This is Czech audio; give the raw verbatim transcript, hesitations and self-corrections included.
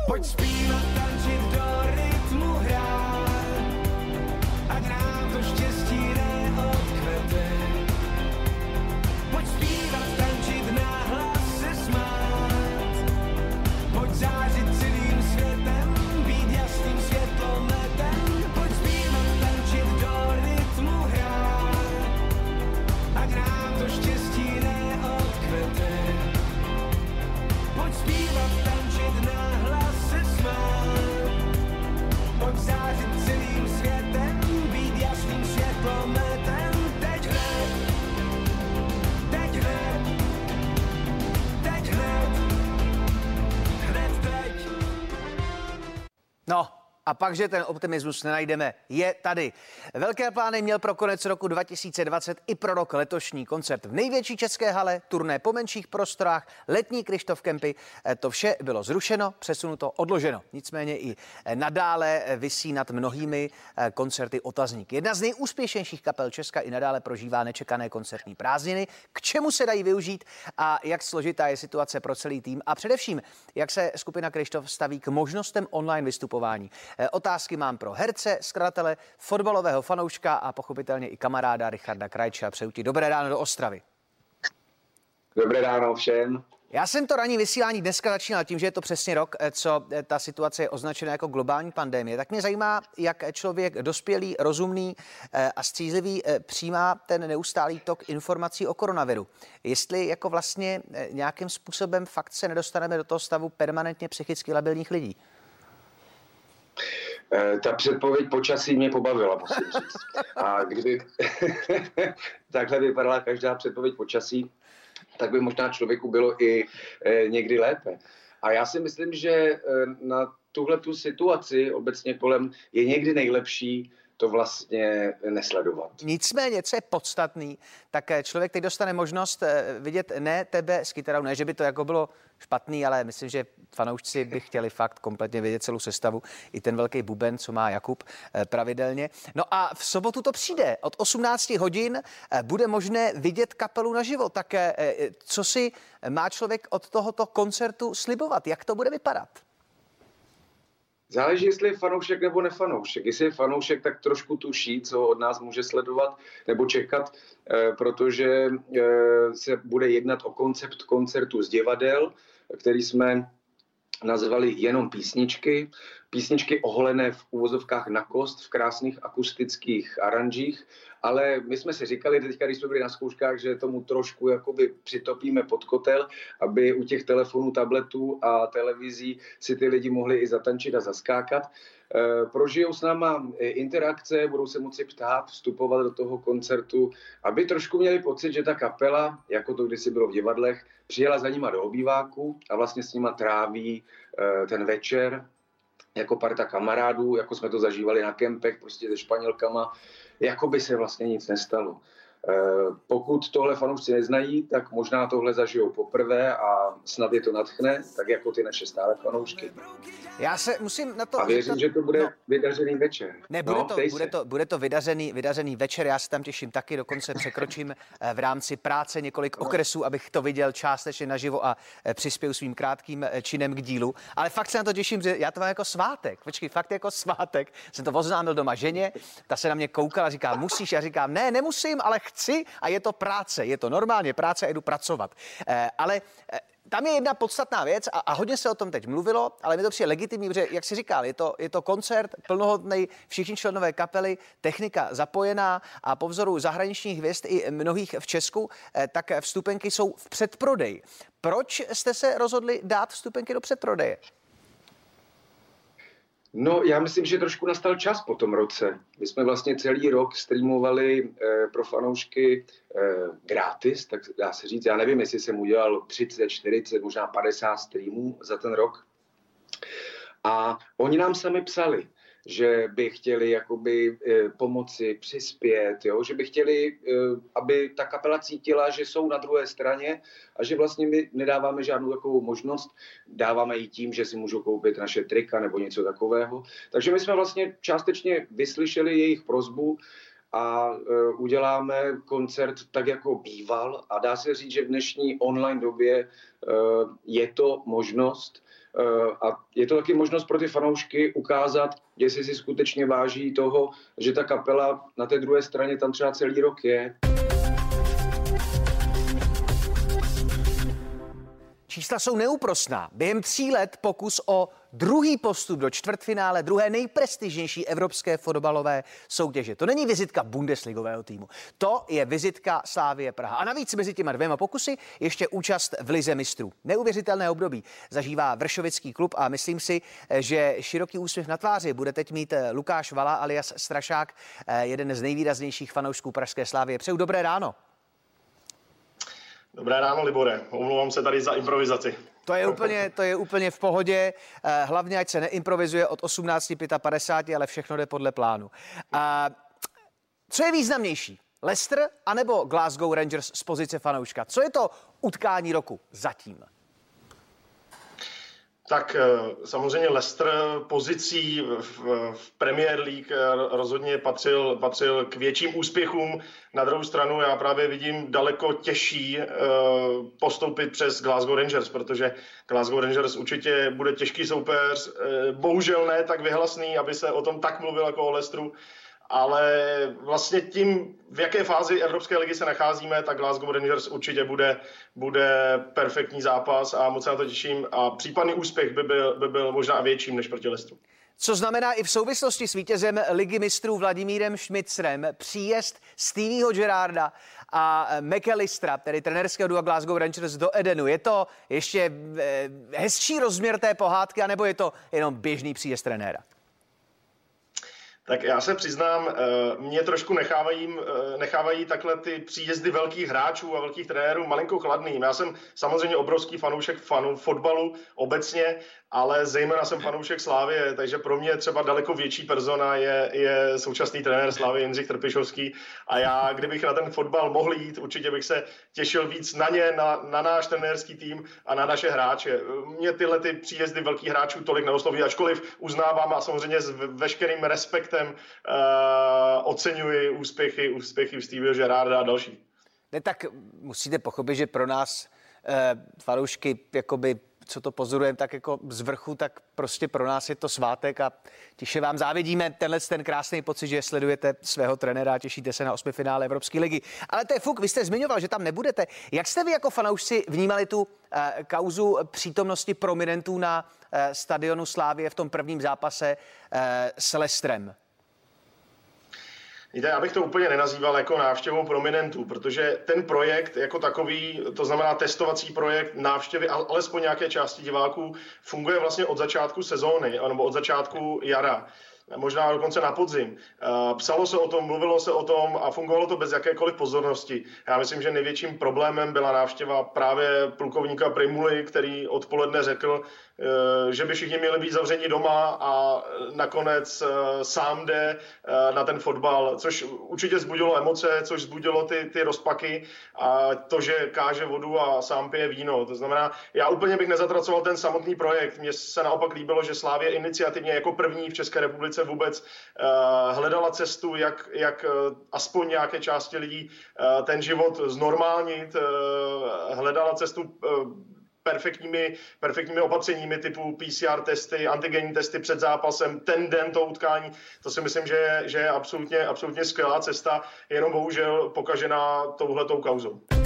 Pojď zpívat, tančit do rytmu hrát, ať nám to štěstí neodkvete. Pojď zpívat, tančit, nahlas se smát, pojď zářit celým světem, být jasným světlometem. Pojď zpívat, tančit do rytmu hrát, ať nám to štěstí neodkvete. Pojď zpívat, tančit, nahlas se smát, pojď zářit celým světem, být jasným světlometem. Teď hned, teď hned, teď hned, hned teď. No, a pak, že ten optimismus nenajdeme, je tady. Velké plány měl pro konec roku dva tisíce dvacet i pro rok letošní koncert v největší české hale, turné po menších prostorách, letní Kryštof Kempy. To vše bylo zrušeno, přesunuto, odloženo. Nicméně i nadále visí nad mnohými koncerty otazník. Jedna z nejúspěšnějších kapel Česka i nadále prožívá nečekané koncertní prázdniny. K čemu se dají využít a jak složitá je situace pro celý tým a především, jak se skupina Kryštof staví k možnostem online vystupování. Otázky mám pro herce, skladatele, fotbalového fanouška a pochopitelně i kamaráda Richarda Krajča. Přeju ti dobré ráno do Ostravy. Dobré ráno všem. Já jsem to ranní vysílání dneska začínal tím, že je to přesně rok, co ta situace je označena jako globální pandemie. Tak mě zajímá, jak člověk dospělý, rozumný a střízlivý přijímá ten neustálý tok informací o koronaviru. Jestli jako vlastně nějakým způsobem fakt se nedostaneme do toho stavu permanentně psychicky labilních lidí. Ta předpověď počasí mě pobavila, musím říct. A kdyby takhle vypadala každá předpověď počasí, tak by možná člověku bylo i někdy lépe. A já si myslím, že na tuhletu situaci obecně kolem je někdy nejlepší to vlastně nesledovat. Nicméně, co je podstatný, tak člověk teď dostane možnost vidět ne tebe s kytarou, ne, že by to jako bylo špatný, ale myslím, že fanoušci by chtěli fakt kompletně vidět celou sestavu, i ten velký buben, co má Jakub pravidelně. No a v sobotu to přijde. Od osmnácti hodin bude možné vidět kapelu naživo. Tak co si má člověk od tohoto koncertu slibovat? Jak to bude vypadat? Záleží, jestli je fanoušek nebo nefanoušek. Jestli je fanoušek, tak trošku tuší, co od nás může sledovat nebo čekat, protože se bude jednat o koncept koncertu z divadel, který jsme nazvali jenom písničky. Písničky oholené v uvozovkách na kost, v krásných akustických aranžích, ale my jsme si říkali teďka, když jsme byli na zkouškách, že tomu trošku jakoby přitopíme pod kotel, aby u těch telefonů, tabletů a televizí si ty lidi mohli i zatančit a zaskákat. E, prožijou s náma interakce, budou se moci ptát, vstupovat do toho koncertu, aby trošku měli pocit, že ta kapela, jako to kdysi bylo v divadlech, přijela za nima do obýváku a vlastně s nima tráví e, ten večer jako parta kamarádů, jako jsme to zažívali na kempech, prostě se Španělkama, jako by se vlastně nic nestalo. Pokud tohle fanoušci neznají, tak možná tohle zažijou poprvé a snad je to nadchne, tak jako ty naše stále fanoušky. Já se musím na to... A věřím, že to bude no. vydařený večer. Ne, bude, no, to, bude, to, bude to vydařený, vydařený večer, já se tam těším taky, dokonce překročím v rámci práce několik no. okresů, abych to viděl částečně naživo a přispěl svým krátkým činem k dílu. Ale fakt se na to těším, že já to mám jako svátek. Počkej, fakt jako svátek. Jsem to oznámil doma ženě, ta se na mě koukala, říká, musíš, já říkám, ne, nemusím, ale chci a je to práce, je to normálně práce a jdu pracovat. Eh, ale eh, tam je jedna podstatná věc a, a hodně se o tom teď mluvilo, ale mi to přijde legitimní, protože, jak jsi říkal, je to, je to koncert plnohodný, všichni členové kapely, technika zapojená a po vzoru zahraničních hvězd i mnohých v Česku, eh, tak vstupenky jsou v předprodeji. Proč jste se rozhodli dát vstupenky do předprodeje? No, já myslím, že trošku nastal čas po tom roce. My jsme vlastně celý rok streamovali eh, pro fanoušky eh, gratis, tak dá se říct. Já nevím, jestli jsem udělal třicet, čtyřicet, možná padesát streamů za ten rok. A oni nám sami psali, že by chtěli jakoby e, pomoci, přispět, jo? Že by chtěli, e, aby ta kapela cítila, že jsou na druhé straně a že vlastně my nedáváme žádnou takovou možnost, dáváme ji tím, že si můžou koupit naše trika nebo něco takového. Takže my jsme vlastně částečně vyslyšeli jejich prosbu a uděláme koncert tak, jako býval. A dá se říct, že v dnešní online době je to možnost. A je to taky možnost pro ty fanoušky ukázat, jestli si skutečně váží toho, že ta kapela na té druhé straně tam třeba celý rok je. Čísla jsou neúprosná. Během tří let pokus o druhý postup do čtvrtfinále druhé nejprestižnější evropské fotbalové soutěže. To není vizitka bundesligového týmu. To je vizitka Slavie Praha. A navíc mezi těma dvěma pokusy ještě účast v Lize mistrů. Neuvěřitelné období zažívá vršovický klub a myslím si, že široký úsměv na tváři bude teď mít Lukáš Vala alias Strašák, jeden z nejvýraznějších fanoušků pražské Slavie. Přeju dobré ráno. Dobré ráno, Libore. Omlouvám se tady za improvizaci. To je úplně, to je úplně v pohodě. Hlavně, ať se neimprovizuje od osmnáct padesát pět, ale všechno jde podle plánu. A co je významnější? Leicester anebo Glasgow Rangers z pozice fanouška? Co je to utkání roku zatím? Tak samozřejmě Leicester pozicí v, v Premier League rozhodně patřil, patřil k větším úspěchům. Na druhou stranu já právě vidím daleko těžší postoupit přes Glasgow Rangers, protože Glasgow Rangers určitě bude těžký soupeř, bohužel ne tak vyhlasný, aby se o tom tak mluvil jako o Leicesteru. Ale vlastně tím, v jaké fázi Evropské ligy se nacházíme, tak Glasgow Rangers určitě bude, bude perfektní zápas a moc se na to těším. A případný úspěch by byl, by byl možná větším než proti Leicesteru. Co znamená i v souvislosti s vítězem Ligy mistrů Vladimírem Šmicrem příjezd Stevieho Gerrarda a McAllistera, tedy trenérského dua Glasgow Rangers, do Edenu. Je to ještě hezčí rozměr té pohádky, anebo je to jenom běžný příjezd trenéra? Tak já se přiznám, mě trošku nechávají, nechávají takhle ty příjezdy velkých hráčů a velkých trenérů malinko chladným. Já jsem samozřejmě obrovský fanoušek fanu, fotbalu obecně, ale zejména jsem fanoušek Slavie, takže pro mě třeba daleko větší persona je, je současný trenér Slavie Jindřich Trpišovský a já, kdybych na ten fotbal mohl jít, určitě bych se těšil víc na ně, na, na náš trenérský tým a na naše hráče. Mě tyhle ty příjezdy velkých hráčů tolik neosloví, ačkoliv uznávám a samozřejmě s veškerým respektem uh, oceňuji úspěchy, úspěchy Stevieho Gerrarda a další. Ne, tak musíte pochopit, že pro nás uh, fanoušky jakoby co to pozorujeme tak jako z vrchu, tak prostě pro nás je to svátek a tiše vám závidíme tenhle ten krásný pocit, že sledujete svého trenéra a těšíte se na osmifinále Evropské ligy. Ale to je fuk, vy jste zmiňoval, že tam nebudete. Jak jste vy jako fanoušci vnímali tu uh, kauzu přítomnosti prominentů na uh, stadionu Slavie v tom prvním zápase uh, s Leicesterem? Víte, já bych to úplně nenazýval jako návštěvou prominentů, protože ten projekt jako takový, to znamená testovací projekt návštěvy alespoň nějaké části diváků, funguje vlastně od začátku sezóny nebo od začátku jara. Možná dokonce na podzim. Psalo se o tom, mluvilo se o tom a fungovalo to bez jakékoliv pozornosti. Já myslím, že největším problémem byla návštěva právě plukovníka Primuly, který odpoledne řekl, že by všichni měli být zavřeni doma a nakonec sám jde na ten fotbal, což určitě vzbudilo emoce, což vzbudilo ty, ty rozpaky a to, že káže vodu a sám pije víno. To znamená, já úplně bych nezatracoval ten samotný projekt. Mně se naopak líbilo, že Slavie iniciativně jako první v České republice vůbec hledala cestu, jak, jak aspoň nějaké části lidí ten život znormálnit, hledala cestu perfektními, perfektními opatřeními typu P C R testy, antigenní testy před zápasem, ten den to utkání. To si myslím, že, že je absolutně, absolutně skvělá cesta, jenom bohužel pokažená touhletou kauzou.